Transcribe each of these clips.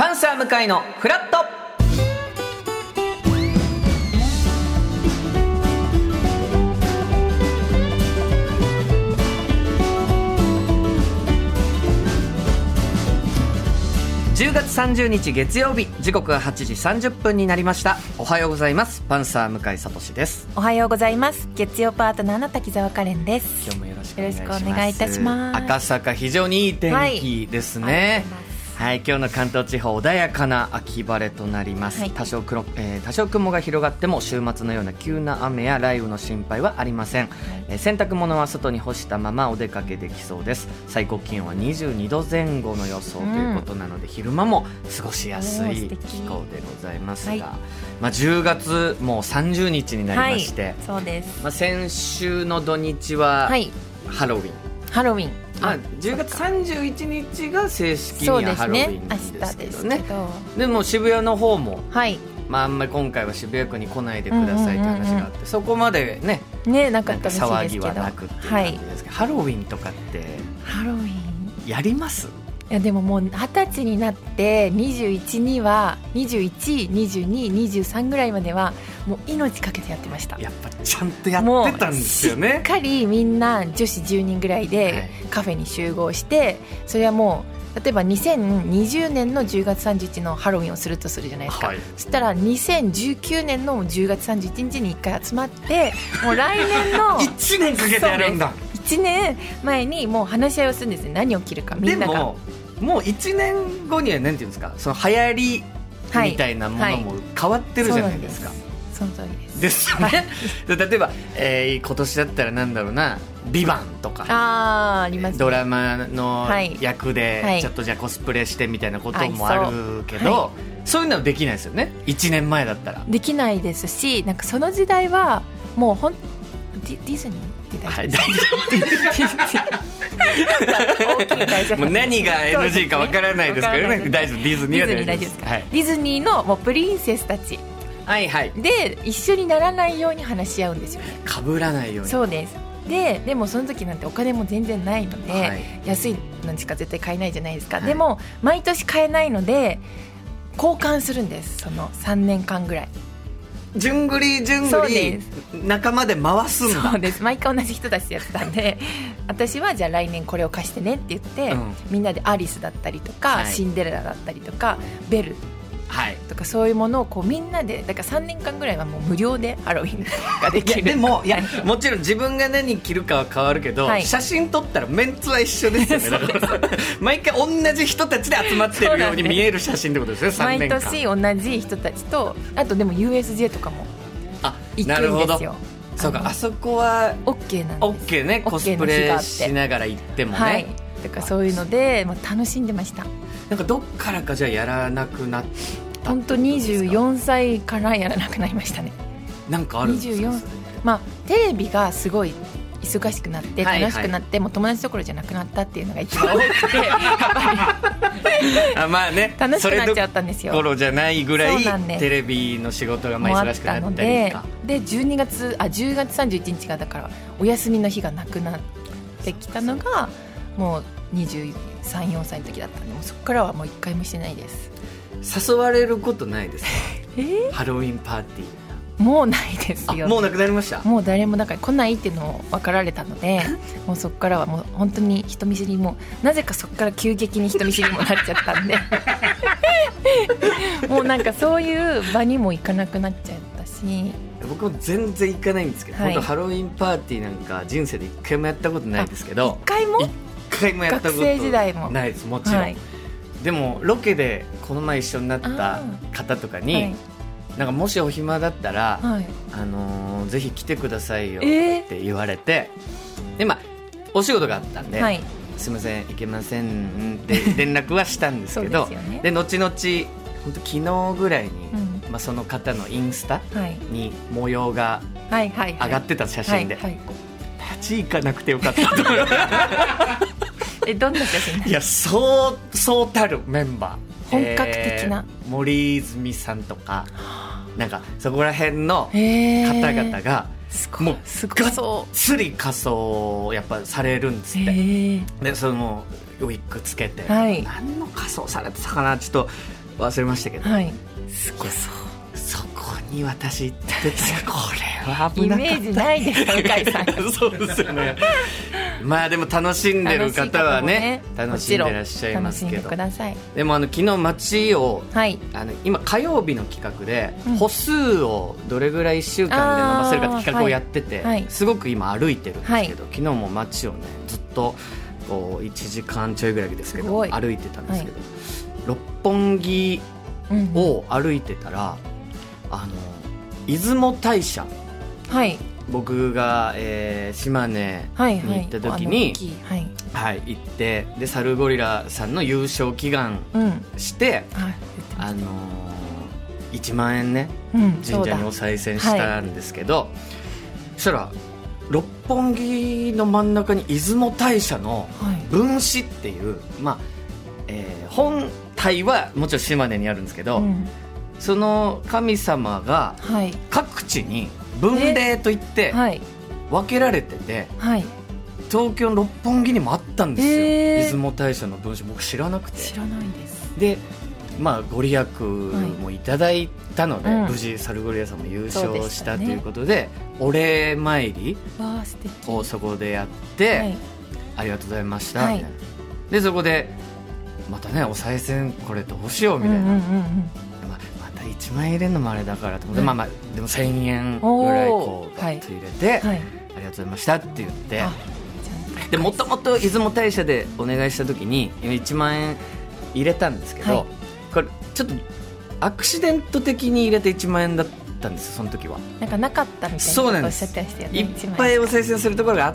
パンサー向井のフラット。10月30日月曜日、時刻は8時30分になりました。おはようございます。パンサー向井聡です。 おはようございます。月曜パートナーの滝沢カレンです。 今日もよろしくお願いします。 よろしくお願いいたします。 赤坂非常にいい天気ですね。はい、今日の関東地方穏やかな秋晴れとなります。はい、多少雲が広がっても週末のような急な雨や雷雨の心配はありません。はい、洗濯物は外に干したままお出かけできそうです。最高気温は22度前後の予想ということなので、昼間も過ごしやすい気候でございますが、はい、10月もう30日になりまして、 はい、そうです。 先週の土日はハロウィン、10月31日が正式にはハロウィンですけどね。でも渋谷の方も、あんまり今回は渋谷区に来ないでくださいって話があって、そこまでねなかったらしいですけど、 騒ぎはなくっていう感じですけど、ハロウィンとかってハロウィンやります？ いやでももう20歳になって21には21、22、23ぐらいまではもう命かけてやってました。 やっぱちゃんとやってたんですよね。 しっかりみんな女子10人ぐらいでカフェに集合して、それはもう例えば2020年の10月31日のハロウィンをするとするじゃないですか。そしたら2019年の10月31日に1回集まって、もう来年の 1年かけてやるんだ。 1年前にもう話し合いをするんですね。何を着るかみんなが。でもう1年後には何ていうんですか、その流行りみたいなものも変わってるじゃないですか。 その通りです。 ですよね。例えば、今年だったらなんだろうな、ビバンとかあります、ね、 ドラマの役でちょっとじゃあコスプレしてみたいなこともあるけど、そういうのはできないですよね。1年前だったらできないですし、なんかその時代はもうディズニーもう何が NG かわからないですけどね。大丈夫、ディズニーは大丈夫です。 ディズニーのもうプリンセスたちで一緒にならないように話し合うんですよね。 被らないように。 そうです。でもその時なんてお金も全然ないので、安いのしか絶対買えないじゃないですか。でも毎年買えないので交換するんです。その3年間ぐらいじゅんぐり仲間で回すんだ。 そうです。毎回同じ人たちでやってたんで私はじゃあ来年これを貸してねって言って、みんなでアリスだったりとか、シンデレラだったりとかベルとか、そういうものをこうみんなで、だから3年間ぐらいはもう無料でハロウィンができる。 でももちろん自分が何着るかは変わるけど、写真撮ったらメンツは一緒ですよね。だから毎回同じ人たちで集まってるように見える写真ってことですね。3年間毎年同じ人たちと、あとでも USJ とかも行くんですよ。 そうか、あそこは OK なんです。 OK ね。コスプレしながら行ってもね、 だからそういうので、楽しんでました。 なんかどっからかじゃあやらなくなった本当24歳からやらなくなりましたね。 なんかあるんですか？ テレビがすごい忙しくなって楽しくなって、もう友達どころじゃなくなったっていうのが一番多くてやっぱり楽しくなっちゃったんですよ。 それどころじゃないぐらいテレビの仕事が忙しくなったりかで、10月31日がだからお休みの日がなくなってきたのがもう23、4歳の時だったんで、もうそこからはもう1回もしてないです。 誘われることないですか？ハロウィンパーティーもうないですよ。 もうなくなりました。 もう誰もだから来ないっていうのを分かられたのでもうそこからはもう本当に人見知りも、なぜかそこから急激に人見知りもなっちゃったんでもうなんかそういう場にも行かなくなっちゃったし、 僕も全然行かないんですけど、本当ハロウィンパーティーなんか人生で1回もやったことないですけど、 1回もやったこと学生時代もないです。もちろん、でもロケでこの前一緒になった方とかに、なんかもしお暇だったら、ぜひ来てくださいよって言われて、でお仕事があったんで、すいません行けませんって連絡はしたんですけどで後々本当昨日ぐらいに、その方のインスタに模様が上がってた写真で、マジ行かなくてよかったと思いますどんな写真？ いや、そうたるメンバー、 本格的な、 森泉さんとか、なんかそこら辺の方々がもうがっつり仮装をやっぱされるんですって。でそのウィッグつけて、何の仮装されてたかな、ちょっと忘れましたけど、 はい、すごい。 そこに私行ってた、これは危なかった。 イメージないですか、向井さん。 そうですよね。まあでも楽しんでる方はね、楽しんでらっしゃいますけど、でも昨日街を、はい、今火曜日の企画で、歩数をどれぐらい1週間で伸ばせるかって企画をやってて、はい、すごく今歩いてるんですけど、昨日も街をねずっとこう1時間ちょいぐらいですけど歩いてたんですけど、六本木を歩いてたら、出雲大社、はい、僕が、島根に行った時に、はい、行って、でサルゴリラさんの優勝祈願して、1万円ね、神社にお賽銭したんですけど、そしたら六本木の真ん中に出雲大社の分子っていう、まあ本体はもちろん島根にあるんですけど、その神様が各地に分霊といって分けられてて、東京の六本木にもあったんですよ、出雲大社の分子。僕知らなくて。 知らないです。 で、まあ、ご利益もいただいたので、無事サルゴリラさんも優勝したということで、お礼参りをそこでやって、ありがとうございましたみたいな。でそこでまたね、お賽銭これどうしようみたいな、また1万円入れるのもあれだからと思って、まあでも1000円ぐらいこうバッと入れて、ありがとうございましたって言って、でもともと出雲大社でお願いした時に1万円入れたんですけど、これちょっとアクシデント的に入れて1万円だったんですよ、その時は。 なんかなかったみたいなことをおっしゃってましたよね。 いっぱいお賽銭するところがあって、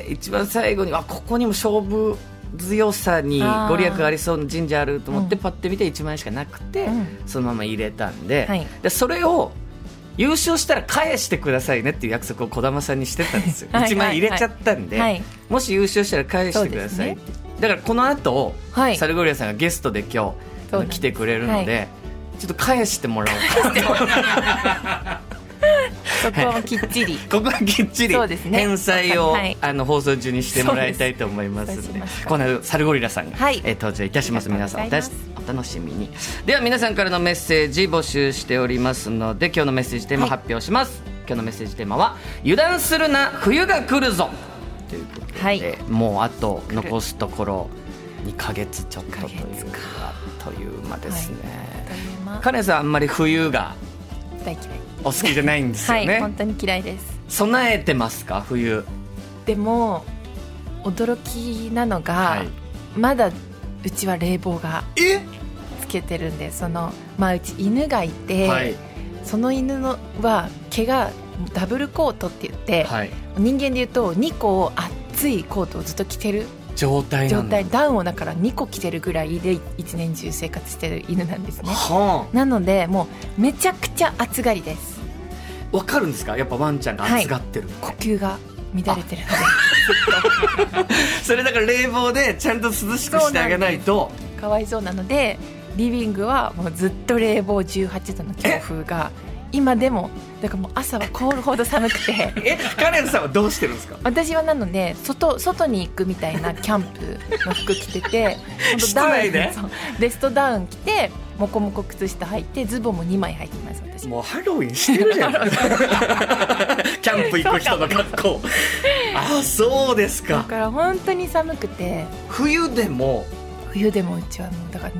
一番最後にここにも勝負強さにご利益ありそうな神社あると思ってパッて見て1万円しかなくて、そのまま入れたんで、でそれを優勝したら返してくださいねっていう約束を児玉さんにしてたんですよ。1万円入れちゃったんで、もし優勝したら返してくださいって、だからこの後、サルゴリラさんがゲストで今日来てくれるので、ちょっと返してもらおうかそこはきっちりここはきっちり返済を、放送中にしてもらいたいと思いますので、このサルゴリラさんが、登場いたします。皆さんお楽しみに。では皆さんからのメッセージ募集しておりますので、今日のメッセージテーマ発表します。今日のメッセージテーマは油断するな冬が来るぞということで、もうあと残すところ2ヶ月ちょっとという間ですね。カレンさんあんまり冬が大嫌い、 お好きじゃないんですよね。 本当に嫌いです。 備えてますか、冬。 でも驚きなのが、まだうちは冷房がつけてるんで、うち犬がいて、その犬のは毛がダブルコートって言って、人間でいうと2個厚いコートをずっと着てる状態、ダウンをだから2個着てるぐらいで一年中生活してる犬なんですね。なのでもうめちゃくちゃ暑がりです。 わかるんですか、やっぱワンちゃんが暑がってる、 呼吸が乱れてるのでそれだから冷房でちゃんと涼しくしてあげないとかわいそうなので、リビングはもうずっと冷房18度の強風が今でも、だからもう朝は凍るほど寒くてカレンさんはどうしてるんですか。 私はなので外に行くみたいなキャンプの服着てて室内でベストダウン着て、モコモコ靴下履いて、ズボンも2枚履いてます。私もうハロウィンしてるじゃんキャンプ行く人の格好そうですか。 だから本当に寒くて、 冬でもうちはもうだから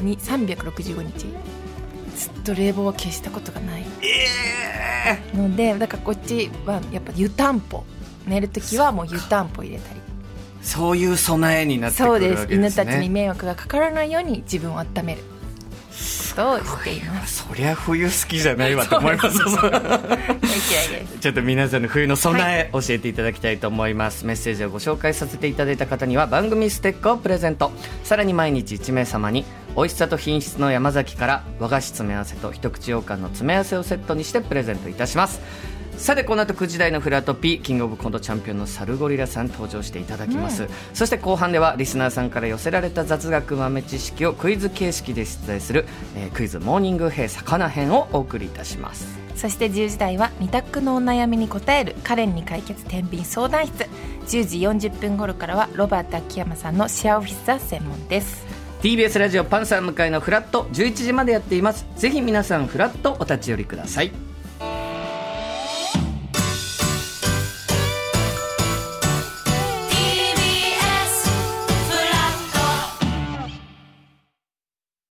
365日ずっと冷房は消したことがないので、だからこっちはやっぱ湯たんぽ、寝るときはもう湯たんぽ入れたり、 そういう備えになってくるわけですね。そうです。 犬たちに迷惑がかからないように自分を温めることをしています。 そりゃ冬好きじゃないわと思いますちょっと皆さんの冬の備え、教えていただきたいと思います。メッセージをご紹介させていただいた方には番組ステッカーをプレゼント。さらに毎日1名様に美味しさと品質の山崎から和菓子詰め合わせと一口羊羹の詰め合わせをセットにしてプレゼントいたします。さてこの後9時台のフラトピー、キングオブコントチャンピオンのサルゴリラさん登場していただきます、そして後半ではリスナーさんから寄せられた雑学豆知識をクイズ形式で出題する、クイズモーニングヘイ魚編をお送りいたします。 そして10時台は2択のお悩みに答えるカレンに解決天秤相談室。10時40分頃からはロバート秋山さんのシェアオフィスザ専門です。 TBS ラジオパンサー向井のフラット11時までやっています。ぜひ皆さんフラットお立ち寄りください。